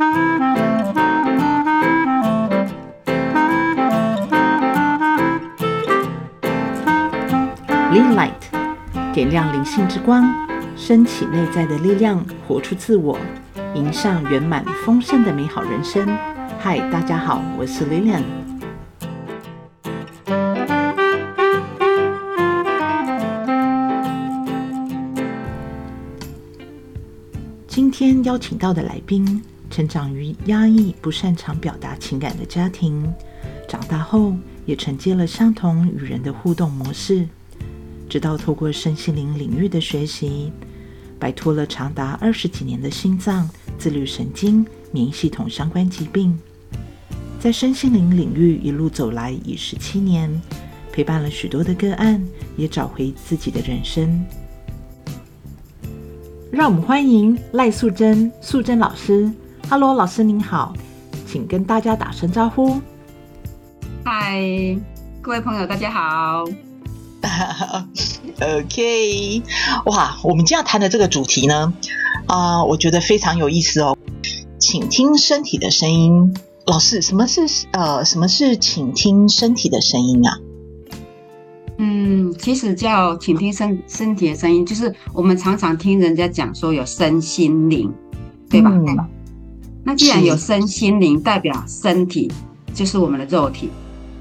Lean Light， 点亮灵性之光，升起内在的力量，活出自我，迎向圆满丰盛的美好人生。嗨，大家好，我是 Lilian。今天邀请到的来宾，成长于压抑、不擅长表达情感的家庭，长大后也承接了相同与人的互动模式，直到透过身心灵领域的学习，摆脱了长达20几年的心脏、自律神经、免疫系统相关疾病。在身心灵领域一路走来已17年，陪伴了许多的个案，也找回自己的人生。让我们欢迎赖素贞老师。Hello， 老师您好，请跟大家打声招呼。 嗨，各位朋友，大家好。 OK， 哇，我们今天要谈的这个主题呢，我觉得非常有意思哦。倾听身体的声音，老师，什么是倾听身体的声音啊？ 其实叫倾听身体的声音，就是我们常常听人家讲说有身心灵，对吧？那既然有身心灵，代表身体就是我们的肉体。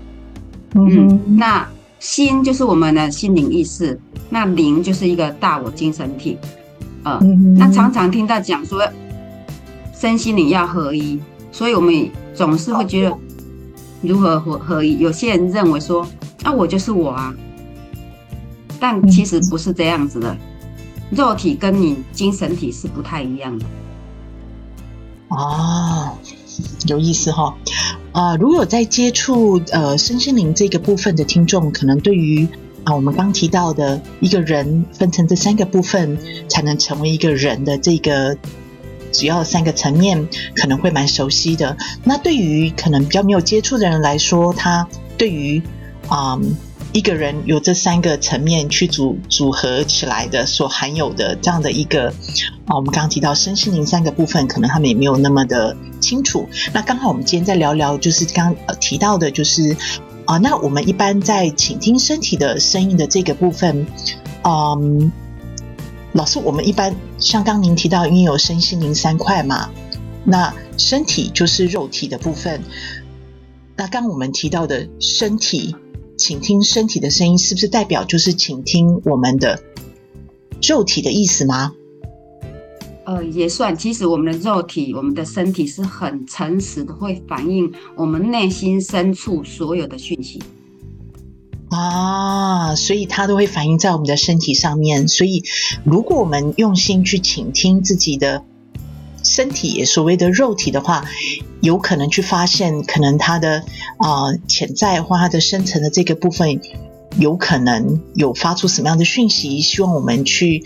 那心就是我们的心灵意识，那灵就是一个大我精神体。那常常听到讲说身心灵要合一，所以我们总是会觉得如何合一。有些人认为说我就是我啊，但其实不是这样子的，肉体跟你精神体是不太一样的。 有意思哈。如果有在接触身心灵这个部分的听众，可能对于我们刚提到的一个人分成这3个部分才能成为一个人的这个主要3个层面，可能会蛮熟悉的。那对于可能比较没有接触的人来说，他对于一个人有这3个层面去组合起来的所含有的这样的一个我们刚刚提到身心灵3个部分，可能他们也没有那么的清楚。那刚好我们今天在聊聊，就是刚提到的，就是那我们一般在倾听身体的声音的这个部分，老师，我们一般像刚您提到，因为有身心灵3块嘛，那身体就是肉体的部分。那刚我们提到的身体，倾听身体的声音，是不是代表就是倾听我们的肉体的意思吗？ 也算。其实我们的肉体，我们的身体是很诚实的，会反映我们内心深处所有的讯息。 所以它都会反映在我们的身体上面。所以如果我们用心去倾听自己的身体，也所谓的肉体的话，有可能去发现可能它的潜在或它的深层的这个部分有可能有发出什么样的讯息，希望我们去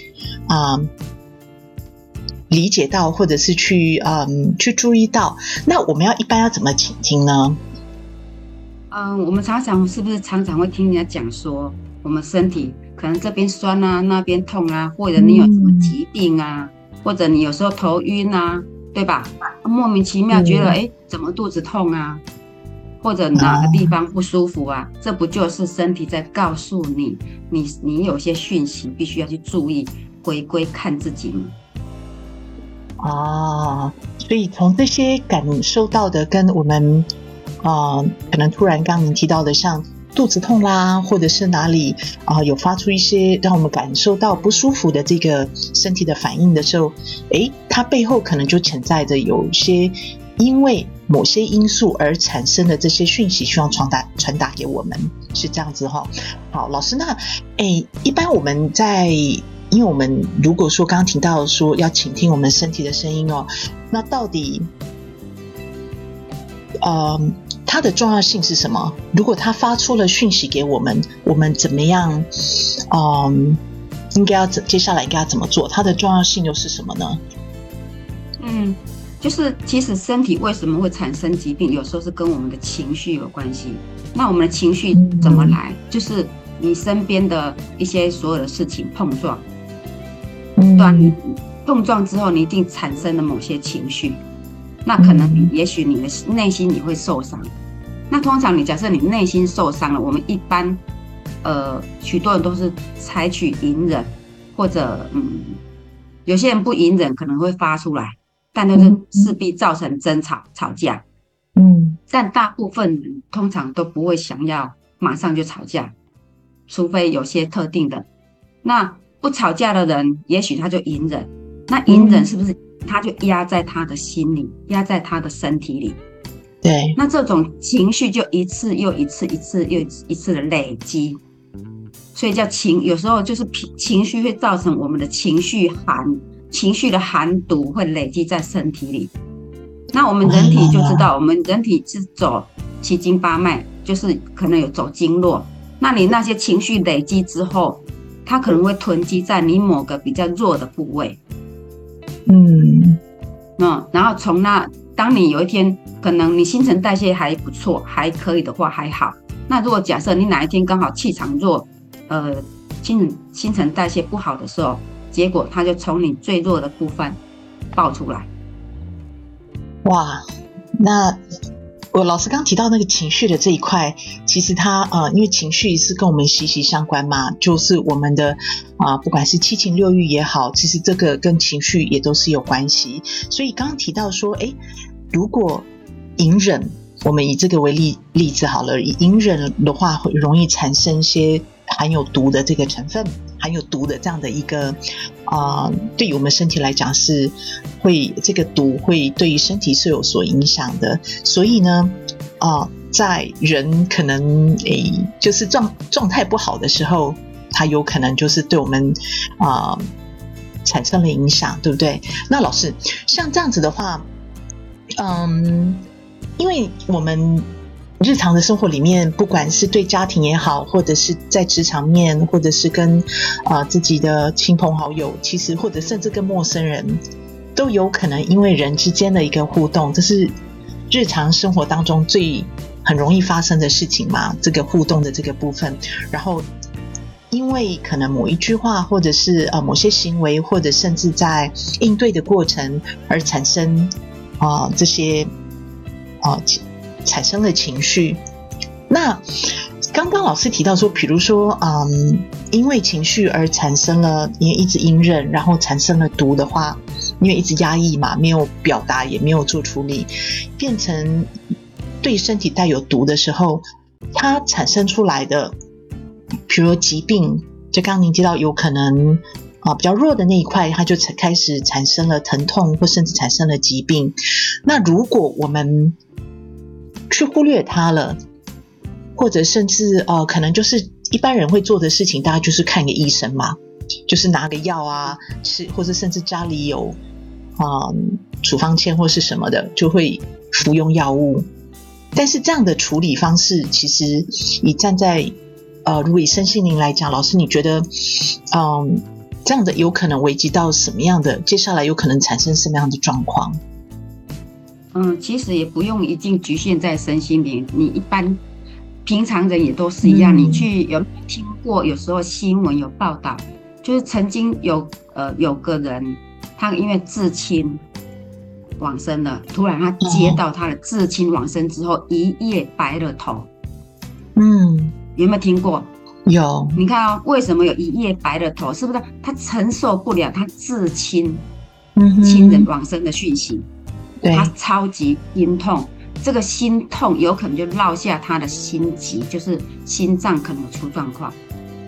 理解到，或者是去注意到。那我们一般要怎么倾听呢？ 我们是不是常常会听人家讲说我们身体可能这边酸啊，那边痛啊，或者你有什么疾病啊，或者你有时候头晕啊，对吧？莫名其妙觉得怎么肚子痛啊，或者哪个地方不舒服啊，这不就是身体在告诉你有些讯息必须要去注意，回归看自己吗？ 所以从这些感受到的跟我们可能突然刚您提到的像肚子痛啦，或者是哪里有发出一些让我们感受到不舒服的这个身体的反应的时候，它背后可能就潜在着有些因为某些因素而产生的这些讯息，希望传达给我们，是这样子哈。好，老师，那一般我们因为我们如果说刚刚提到说要倾听我们身体的声音那到底它的重要性是什么？如果它发出了讯息给我们，我们怎么样接下来应该要怎么做？它的重要性又是什么呢？ 就是其实身体为什么会产生疾病，有时候是跟我们的情绪有关系。那我们的情绪怎么来？就是你身边的一些所有的事情碰撞，碰撞之后你一定产生了某些情绪。 那可能也许你的内心也会受伤。那通常假设你内心受伤了，我们一般许多人都是采取隐忍，或者有些人不隐忍可能会发出来，但都是势必造成争吵吵架。但大部分人通常都不会想要马上就吵架，除非有些特定的。那不吵架的人，也许他就隐忍。那隐忍是不是他就压在他的心里，压在他的身体里？ 对。 那这种情绪就一次又一次，一次又一次的累积，所以叫有时候就是情绪会造成我们的情绪的寒毒会累积在身体里。那我们人体就知道，我们人体是走七经八脉，就是可能有走经络。那你那些情绪累积之后，它可能会囤积在你某个比较弱的部位。然后当你有一天可能你新陈代谢还不错，还可以的话还好。那如果假设你哪一天刚好气场弱，新陈代谢不好的时候，结果它就从你最弱的部分爆出来。 哇，那我老师刚提到那个情绪的这一块，其实它因为情绪是跟我们息息相关嘛，就是我们的不管是七情六欲也好，其实这个跟情绪也都是有关系。所以刚刚提到说，如果隐忍，我们以这个为例子好了，隐忍的话会容易产生一些含有毒的这个成分，含有毒的这样的一个对于我们身体来讲是这个毒会对于身体是有所影响的。所以呢在人可能就是状态不好的时候，它有可能就是对我们产生了影响，对不对？那老师像这样子的话，因为我们日常的生活里面，不管是对家庭也好，或者是在职场面，或者是跟自己的亲朋好友，其实或者甚至跟陌生人，都有可能因为人之间的一个互动，这是日常生活当中很容易发生的事情嘛，这个互动的这个部分。然后因为可能某一句话，或者是某些行为，或者甚至在应对的过程而产生这些产生了情绪。那刚刚老师提到说，比如说因为情绪而产生了，因为一直隐忍，然后产生了毒的话，因为一直压抑嘛，没有表达也没有做处理，变成对身体带有毒的时候，它产生出来的比如说疾病，就刚刚您提到有可能比较弱的那一块，它就开始产生了疼痛，或甚至产生了疾病。那如果我们去忽略它了，或者甚至可能就是一般人会做的事情，大概就是看个医生嘛，就是拿个药啊吃，或者甚至家里有处方签或是什么的，就会服用药物。但是这样的处理方式，其实以站在如果以身心灵来讲，老师你觉得这样的有可能危及到什么样的，接下来有可能产生什么样的状况？ 其实也不用一定局限在身心灵，你一般平常人也都是一样。你有没有听过有时候新闻有报道，就是曾经有个人，他因为至亲往生了，突然他接到他的至亲往生之后，一夜白了头。有没有听过？ 有。 你看为什么有一夜白了头？是不是他承受不了他至亲亲人往生的讯息？他超级心痛，这个心痛有可能就落下他的心疾，就是心脏可能有出状况。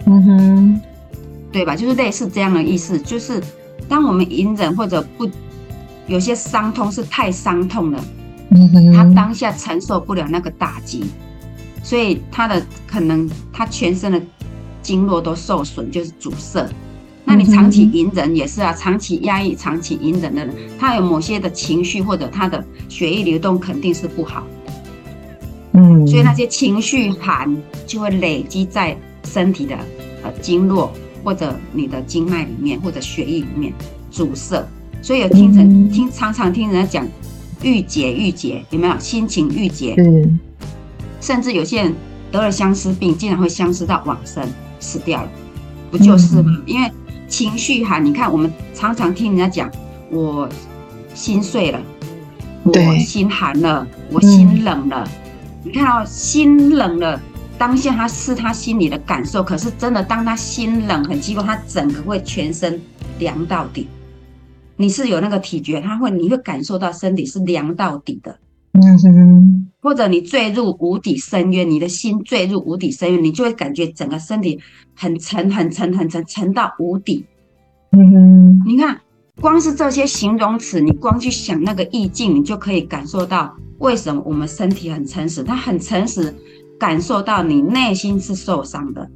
对吧？就是类似这样的意思，就是当我们隐忍或者不，有些伤痛是太伤痛了，他当下承受不了那个打击，所以可能他全身的经络都受损，就是阻塞。那你长期隐忍也是啊，长期压抑、长期隐忍的人，他有某些的情绪或者他的血液流动肯定是不好。所以那些情绪寒就会累积在身体的经络或者你的经脉里面或者血液里面阻塞。所以常常听人家讲郁结，有没有？心情郁结，甚至有些人得了相思病，竟然会相思到往生，死掉了，不就是吗？因为情绪寒，你看我们常常听人家讲，我心碎了， 我心寒了，我心冷了。你看到心冷了，当下他是他心里的感受，可是真的当他心冷很奇怪，他整个会全身凉到底。你是有那个体觉，你会感受到身体是凉到底的。或者你坠入无底深渊，你的心坠入无底深渊，你就会感觉整个身体很沉很沉很沉，沉到无底。你看光是这些形容词，你光去想那个意境，你就可以感受到为什么我们身体很诚实，它很诚实，感受到你内心是受伤的。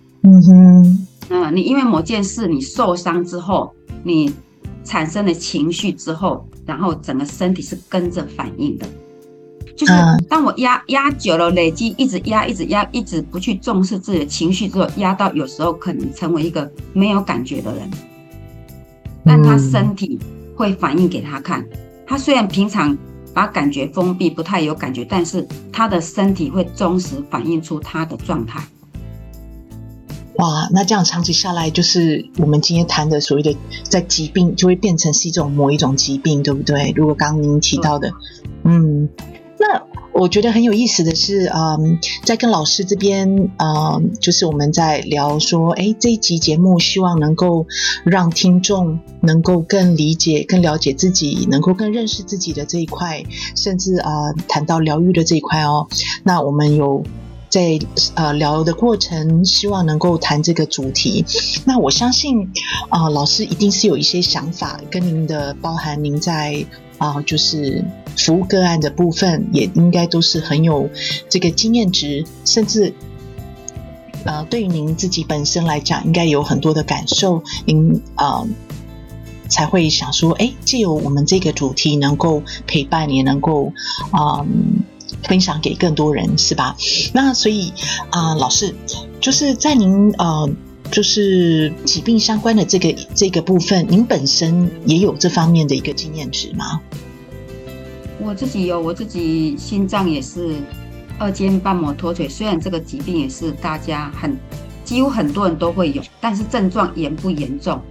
你因为某件事你受伤之后，你产生了情绪之后，然后整个身体是跟着反应的。就是当我压久了，累积一直压，一直不去重视自己的情绪之后，压到有时候可能成为一个没有感觉的人。但他身体会反应给他看，他虽然平常把感觉封闭，不太有感觉，但是他的身体会忠实反映出他的状态。 哇，那这样长期下来，就是我们今天谈的所谓的在疾病，就会变成是某一种疾病，对不对？如果刚刚您提到的，那我觉得很有意思的是，在跟老师这边，就是我们在聊说，这一集节目希望能够让听众能够更理解、更了解自己，能够更认识自己的这一块，甚至谈到疗愈的这一块哦。那我们有在聊的过程，希望能够谈这个主题。那我相信老师一定是有一些想法，跟您的包含您在就是服务个案的部分，也应该都是很有这个经验值，甚至对于您自己本身来讲，应该有很多的感受，您才会想说，藉由我们这个主题能够陪伴，也能够分享给更多人，是吧？那所以老师就是在您就是疾病相关的这个部分，您本身也有这方面的一个经验值吗？ 我自己有，我自己心脏也是2尖瓣膜脱垂，虽然这个疾病也是大家几乎很多人都会有，但是症状严不严重？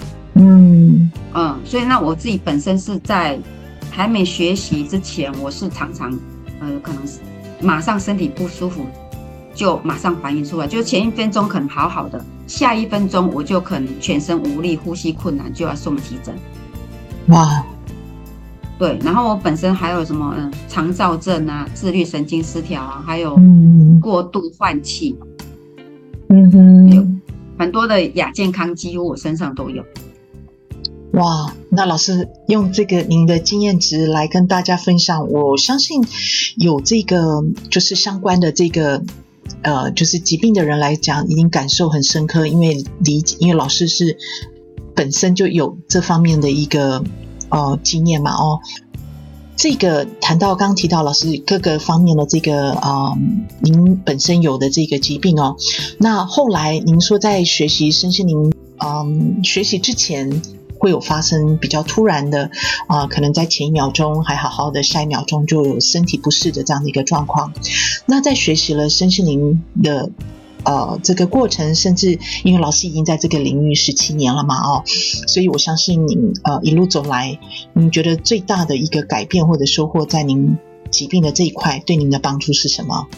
所以那我自己本身是在还没学习之前，我是常常可能马上身体不舒服就马上反应出来，就是前1分钟可能好好的，下1分钟我就可能全身无力，呼吸困难，就要送急诊。 哇， 对，然后我本身还有什么肠躁症啊、自律神经失调啊，还有过度换气，有很多的亚健康，几乎我身上都有。 哇，那老师用这个您的经验值来跟大家分享，我相信有这个就是相关的这个就是疾病的人来讲，一定感受很深刻，因为老师是本身就有这方面的一个经验嘛。这个谈到刚提到老师各个方面的这个您本身有的这个疾病那后来您说在学习身心灵学习之前，会有发生比较突然的可能在前1秒钟还好好的，下1秒钟就有身体不适的这样的一个状况。那在学习了身心灵的这个过程，甚至因为老师已经在这个领域17年了嘛所以我相信您一路走来，您觉得最大的一个改变或者收获在您疾病的这一块对您的帮助是什么？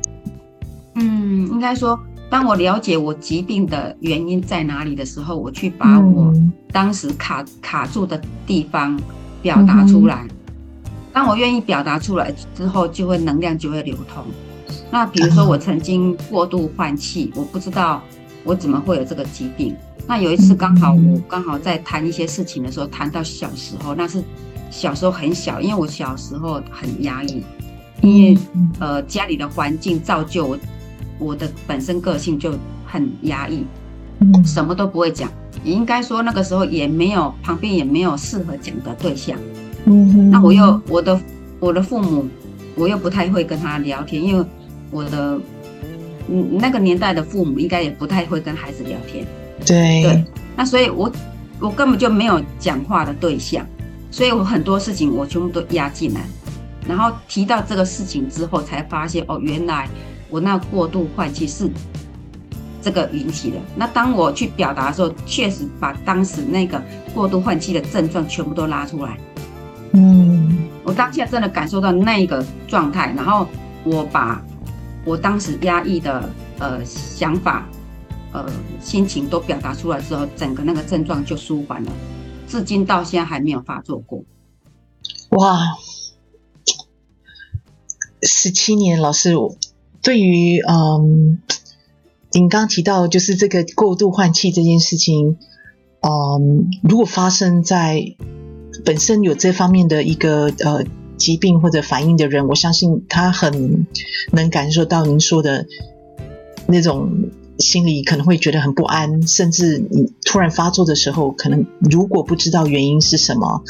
应该说当我了解我疾病的原因在哪里的时候，我去把我当时卡住的地方表达出来。当我愿意表达出来之后，能量就会流通。那比如说我曾经过度换气，我不知道我怎么会有这个疾病。那有一次我刚好在谈一些事情的时候，谈到小时候，那是小时候很小，因为我小时候很压抑，因为家里的环境造就我的本身个性就很压抑，什么都不会讲，也应该说那个时候旁边也没有适合讲的对象。那我的父母，我又不太会跟他聊天，因为我的那个年代的父母应该也不太会跟孩子聊天。对，那所以我根本就没有讲话的对象，所以我很多事情我全部都压进来。然后提到这个事情之后，才发现原来我那过度换气是这个引起的。那当我去表达的时候，确实把当时那个过度换气的症状全部都拉出来。 我当下真的感受到那一个状态，然后我把我当时压抑的想法、心情都表达出来之后，整个那个症状就舒缓了，至今到现在还没有发作过。 哇，17年，老师，对于您刚刚提到就是这个过度换气这件事情，如果发生在本身有这方面的一个疾病或者反应的人，我相信他很能感受到您说的那种心里可能会觉得很不安，甚至你突然发作的时候，可能如果不知道原因是什么，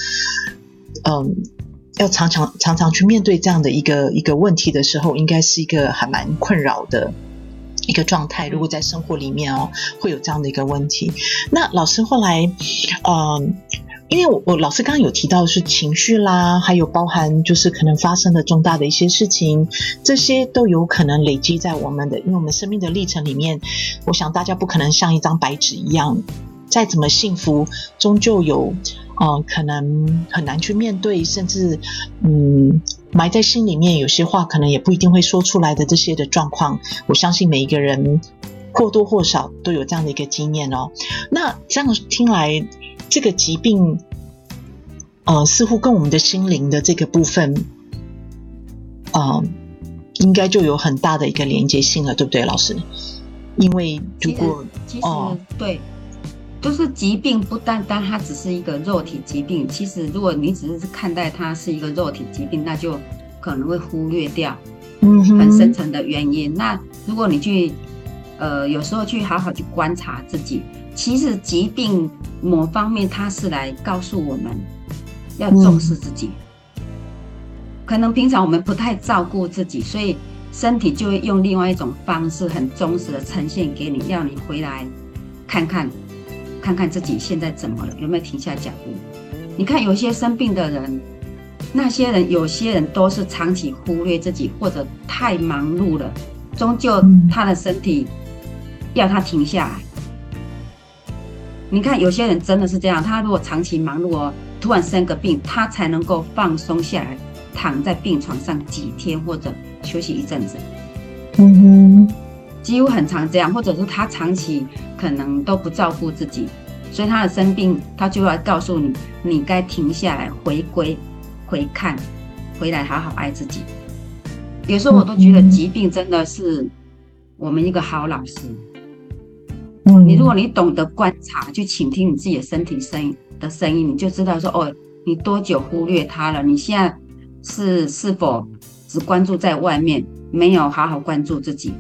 要常常去面对这样的一个问题的时候，应该是一个还蛮困扰的一个状态。如果在生活里面会有这样的一个问题，那老师后来因为我老师刚刚有提到是情绪啦，还有包含就是可能发生的重大的一些事情，这些都有可能累积在我们的，因为我们生命的历程里面，我想大家不可能像一张白纸一样，再怎么幸福，终究有可能很难去面对，甚至埋在心里面，有些话可能也不一定会说出来的这些的状况，我相信每一个人或多或少都有这样的一个经验哦。那这样听来，这个疾病似乎跟我们的心灵的这个部分应该就有很大的一个连结性了，对不对，老师？因为如果其实对，就是疾病不单单它只是一个肉体疾病，其实如果你只是看待它是一个肉体疾病，那就可能会忽略掉很深层的原因。那如果你去有时候去好好去观察自己，其实疾病某方面它是来告诉我们要重视自己。可能平常我们不太照顾自己，所以身体就会用另外一种方式很忠实的呈现给你，要你回来看看自己现在怎么了，有没有停下脚步。你看有些生病的人，有些人都是长期忽略自己，或者太忙碌了，终究他的身体要他停下来。你看有些人真的是这样，他如果长期忙碌突然生个病，他才能够放松下来，躺在病床上几天或者休息一阵子。几乎很常这样，或者是他长期可能都不照顾自己，所以他的生病他就要告诉你，你该停下来，回归回看，回来好好爱自己。有时候我都觉得疾病真的是我们一个好老师。如果你懂得观察，去倾听你自己的身体声音，你就知道说你多久忽略它了，你现在是否只关注在外面，没有好好关注自己。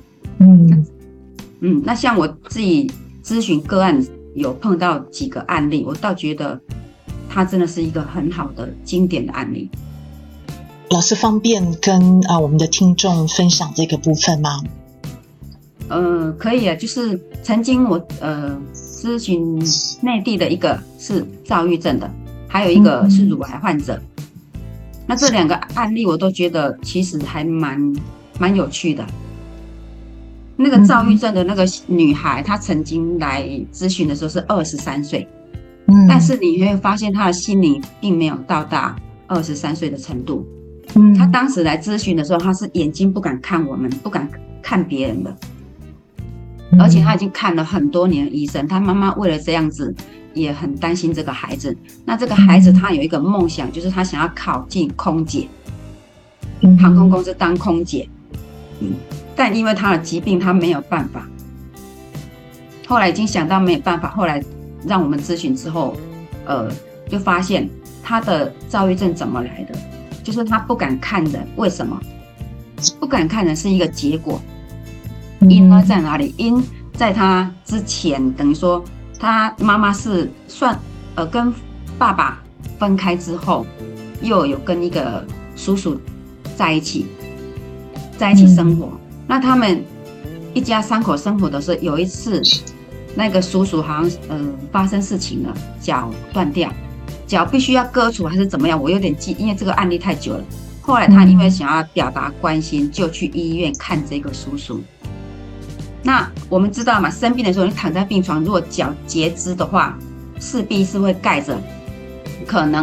那像我自己咨询个案有碰到几个案例，我倒觉得它真的是一个很好的经典的案例。 老师方便跟我们的听众分享这个部分吗？ 可以啊，就是曾经我咨询内地的一个是躁郁症的，还有一个是乳癌患者。那这两个案例我都觉得其实还蛮有趣的。那个躁郁症的那个女孩，她曾经来咨询的时候是23岁，但是你会发现她的心灵并没有到达23岁的程度。她当时来咨询的时候，她是眼睛不敢看我们，不敢看别人的，而且她已经看了很多年的医生。她妈妈为了这样子也很担心这个孩子。那这个孩子他有一个梦想，就是他想要考进空姐，航空公司当空姐。但因为他的疾病，他没有办法。后来已经想到没有办法，后来让我们咨询之后，就发现他的躁郁症怎么来的，就是他不敢看人。为什么不敢看人是一个结果？因呢在哪里？因在他之前，等于说他妈妈是跟爸爸分开之后，又有跟一个叔叔在一起生活。那他们一家3口生活的时候，有一次那个叔叔好像发生事情了，脚断掉，脚必须要割除还是怎么样，我有点记，因为这个案例太久了。后来他因为想要表达关心，就去医院看这个叔叔。那我们知道嘛，生病的时候你躺在病床，如果脚截肢的话，势必是会盖着可能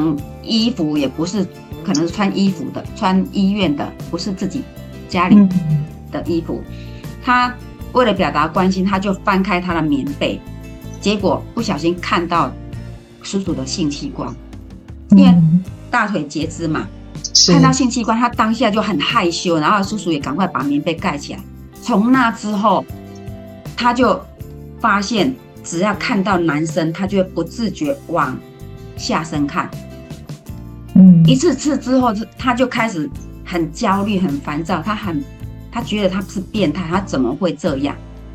衣服也不是，可能是穿衣服的，穿医院的，不是自己家里的衣服。他为了表达关心，他就翻开他的棉被，结果不小心看到叔叔的性器官，因为大腿截肢嘛，看到性器官，他当下就很害羞，然后叔叔也赶快把棉被盖起来。从那之后，他就发现，只要看到男生，他就会不自觉往下身看。一次之后，他就开始很焦虑、很烦躁，他觉得他是变态，他怎么会这样？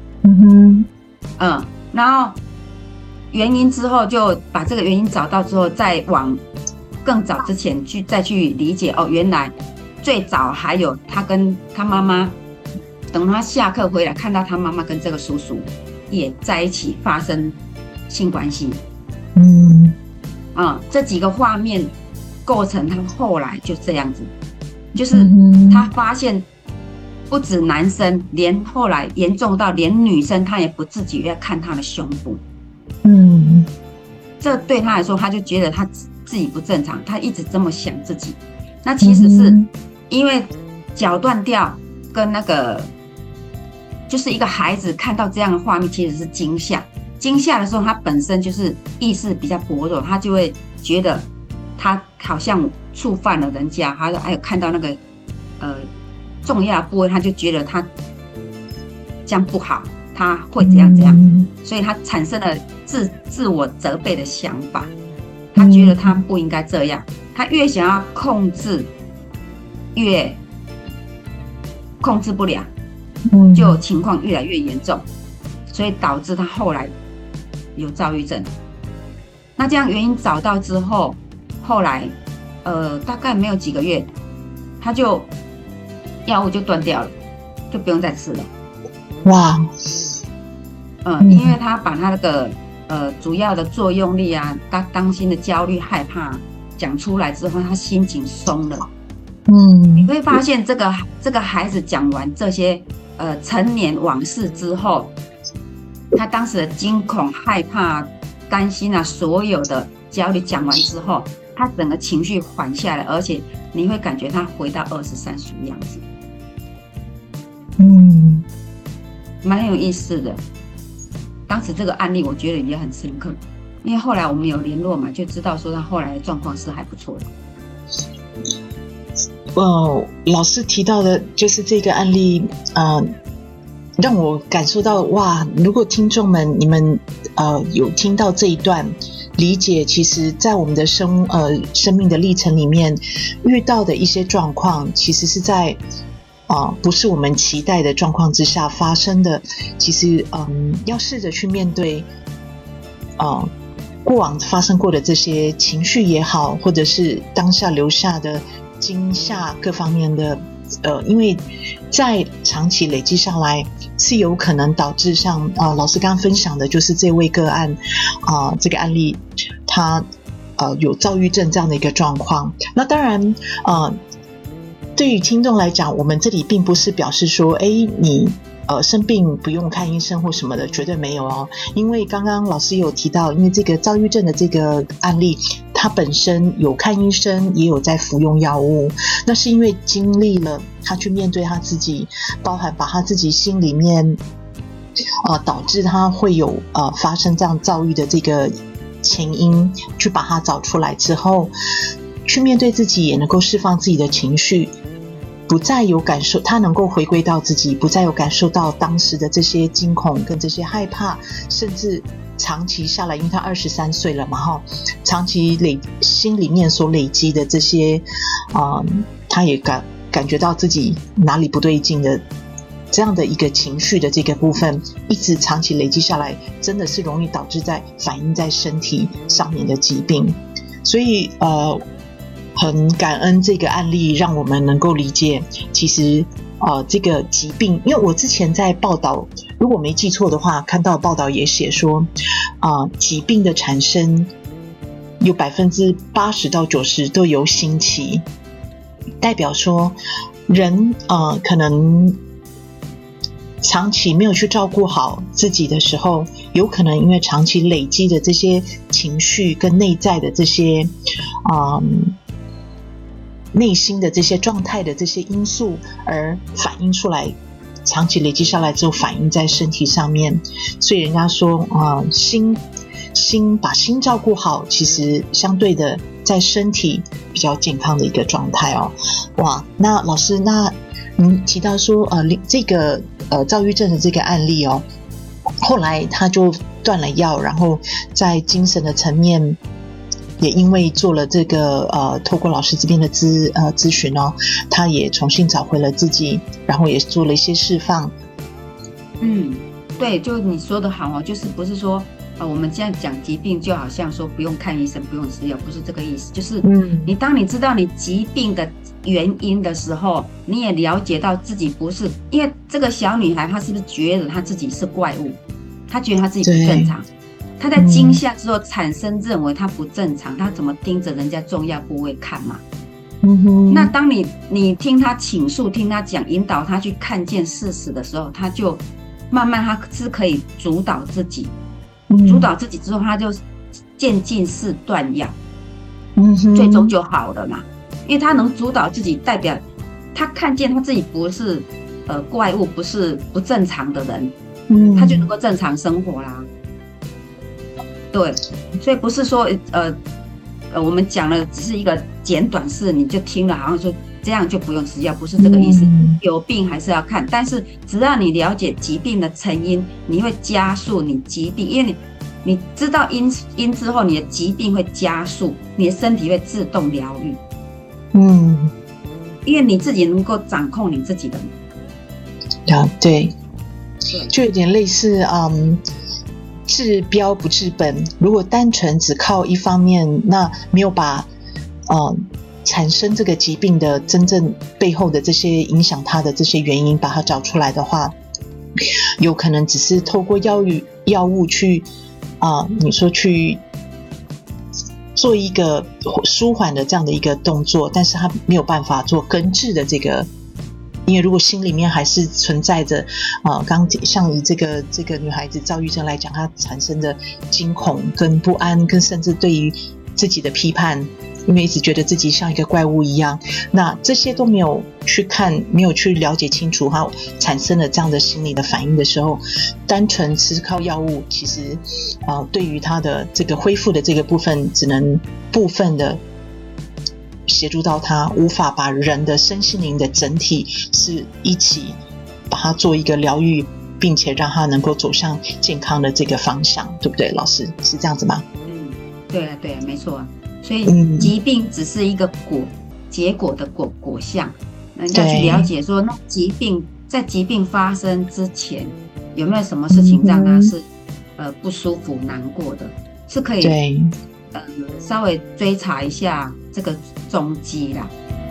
然后原因之后就把这个原因找到之后，再往更早之前再去理解哦，原来最早还有他跟他妈妈，等他下课回来看到他妈妈跟这个叔叔也在一起发生性关系，这几个画面构成他后来就这样子，就是他发现不止男生，连后来严重到连女生他也不自己要看他的胸部，这对他来说，他就觉得他自己不正常，他一直这么想自己。那其实是因为脚断掉跟那个，就是一个孩子看到这样的画面，其实是惊吓。惊吓的时候，他本身就是意识比较薄弱，他就会觉得他好像触犯了人家，还有看到那个重要的部位，他就觉得他这样不好，他会怎样怎样，所以他产生了自我责备的想法。他觉得他不应该这样，他越想要控制，越控制不了，就情况越来越严重，所以导致他后来有躁郁症。那这样原因找到之后，后来大概没有几个月，他就药物就断掉了，就不用再吃了。 哇， 因为他把他那个主要的作用力啊，当心的焦虑、害怕讲出来之后，他心情松了。你会发现这个孩子讲完这些成年往事之后，他当时的惊恐、害怕、担心啊，所有的焦虑讲完之后，他整个情绪缓下来，而且你会感觉他回到20、30岁的样子。蛮有意思的。当时这个案例我觉得也很深刻，因为后来我们有联络嘛，就知道说他后来的状况是还不错的。 老师提到的就是这个案例，让我感受到哇！如果听众们你们有听到这一段，理解其实在我们的生命的历程里面遇到的一些状况，其实是在不是我们期待的状况之下发生的。其实要试着去面对过往发生过的这些情绪也好，或者是当下留下的惊吓各方面的因为在长期累积上来是有可能导致像老师刚刚分享的就是这位个案这个案例他有躁郁症这样的一个状况。那当然对于听众来讲，我们这里并不是表示说你生病不用看医生或什么的，绝对没有哦。因为刚刚老师有提到，因为这个躁郁症的这个案例，他本身有看医生，也有在服用药物，那是因为经历了他去面对他自己，包含把他自己心里面导致他会有发生这样躁郁的这个前因，去把它找出来之后，去面对自己，也能够释放自己的情绪，不再有感受，他能够回归到自己，不再有感受到当时的这些惊恐跟这些害怕，甚至长期下来，因为他23岁了嘛，长期心里面所累积的这些他也感觉到自己哪里不对劲的这样的一个情绪的这个部分，一直长期累积下来，真的是容易导致反映在身体上面的疾病。所以很感恩这个案例，让我们能够理解，其实这个疾病，因为我之前在报道，如果没记错的话，看到报道也写说，疾病的产生有80%到90%都由心期，代表说人可能长期没有去照顾好自己的时候，有可能因为长期累积的这些情绪跟内在的这些内心的这些状态的这些因素而反映出来，长期累积下来之后反映在身体上面。所以人家说把心照顾好，其实相对的在身体比较健康的一个状态哦。哇，那老师，那您提到说这个躁郁症的这个案例哦，后来他就断了药，然后在精神的层面也因为做了这个透过老师这边的咨询哦，他也重新找回了自己，然后也做了一些释放。 对，就你说的好哦，就是不是说我们现在讲疾病就好像说不用看医生不用吃药，不是这个意思，就是当你知道你疾病的原因的时候，你也了解到自己不是，因为这个小女孩她是不是觉得她自己是怪物，她觉得她自己不正常，她在惊吓之后产生认为她不正常，她怎么盯着人家重要部位看嘛？那当你听她倾诉，听她讲，引导她去看见事实的时候，她就慢慢她是可以主导自己，主导自己之后，她就渐进式断药，最终就好了嘛。因为她能主导自己，代表她看见她自己不是怪物，不是不正常的人，她就能够正常生活啦。对，所以不是说我们讲了只是一个简短式，你就听了好像说这样就不用吃药，不是这个意思。有病还是要看，但是只要你了解疾病的成因，你会加速你疾病，因为你知道因之后，你的疾病会加速，你的身体会自动疗愈。因为你自己能够掌控你自己的。 对，就有点类似治标不治本。如果单纯只靠一方面，那没有把产生这个疾病的真正背后的这些影响它的这些原因把它找出来的话，有可能只是透过药物去你说去做一个舒缓的这样的一个动作，但是它没有办法做根治的这个。因为如果心里面还是存在着刚像以这个女孩子躁郁症来讲，她产生的惊恐跟不安，跟甚至对于自己的批判，因为一直觉得自己像一个怪物一样，那这些都没有去看，没有去了解清楚，她产生了这样的心理的反应的时候，单纯吃靠药物，其实对于她的这个恢复的这个部分，只能部分的协助到他，无法把人的身心灵的整体是一起把它做一个疗愈，并且让他能够走向健康的这个方向，对不对？老师是这样子吗？ 对啊，没错。所以疾病只是一个结果的果象，要去了解说，那在疾病发生之前，有没有什么事情让他是不舒服、难过的，是可以稍微追查一下这个踪迹啦。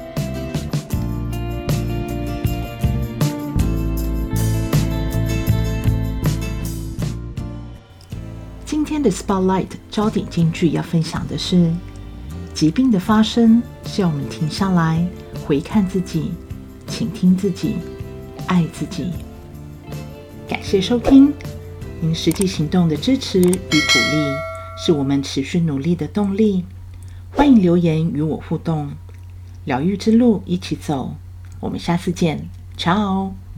今天的 Spotlight 焦点金句要分享的是：疾病的发生是要我们停下来回看自己，倾听自己，爱自己。感谢收听，您实际行动的支持与鼓励是我们持续努力的动力。欢迎留言与我互动，疗愈之路一起走。我们下次见，Ciao。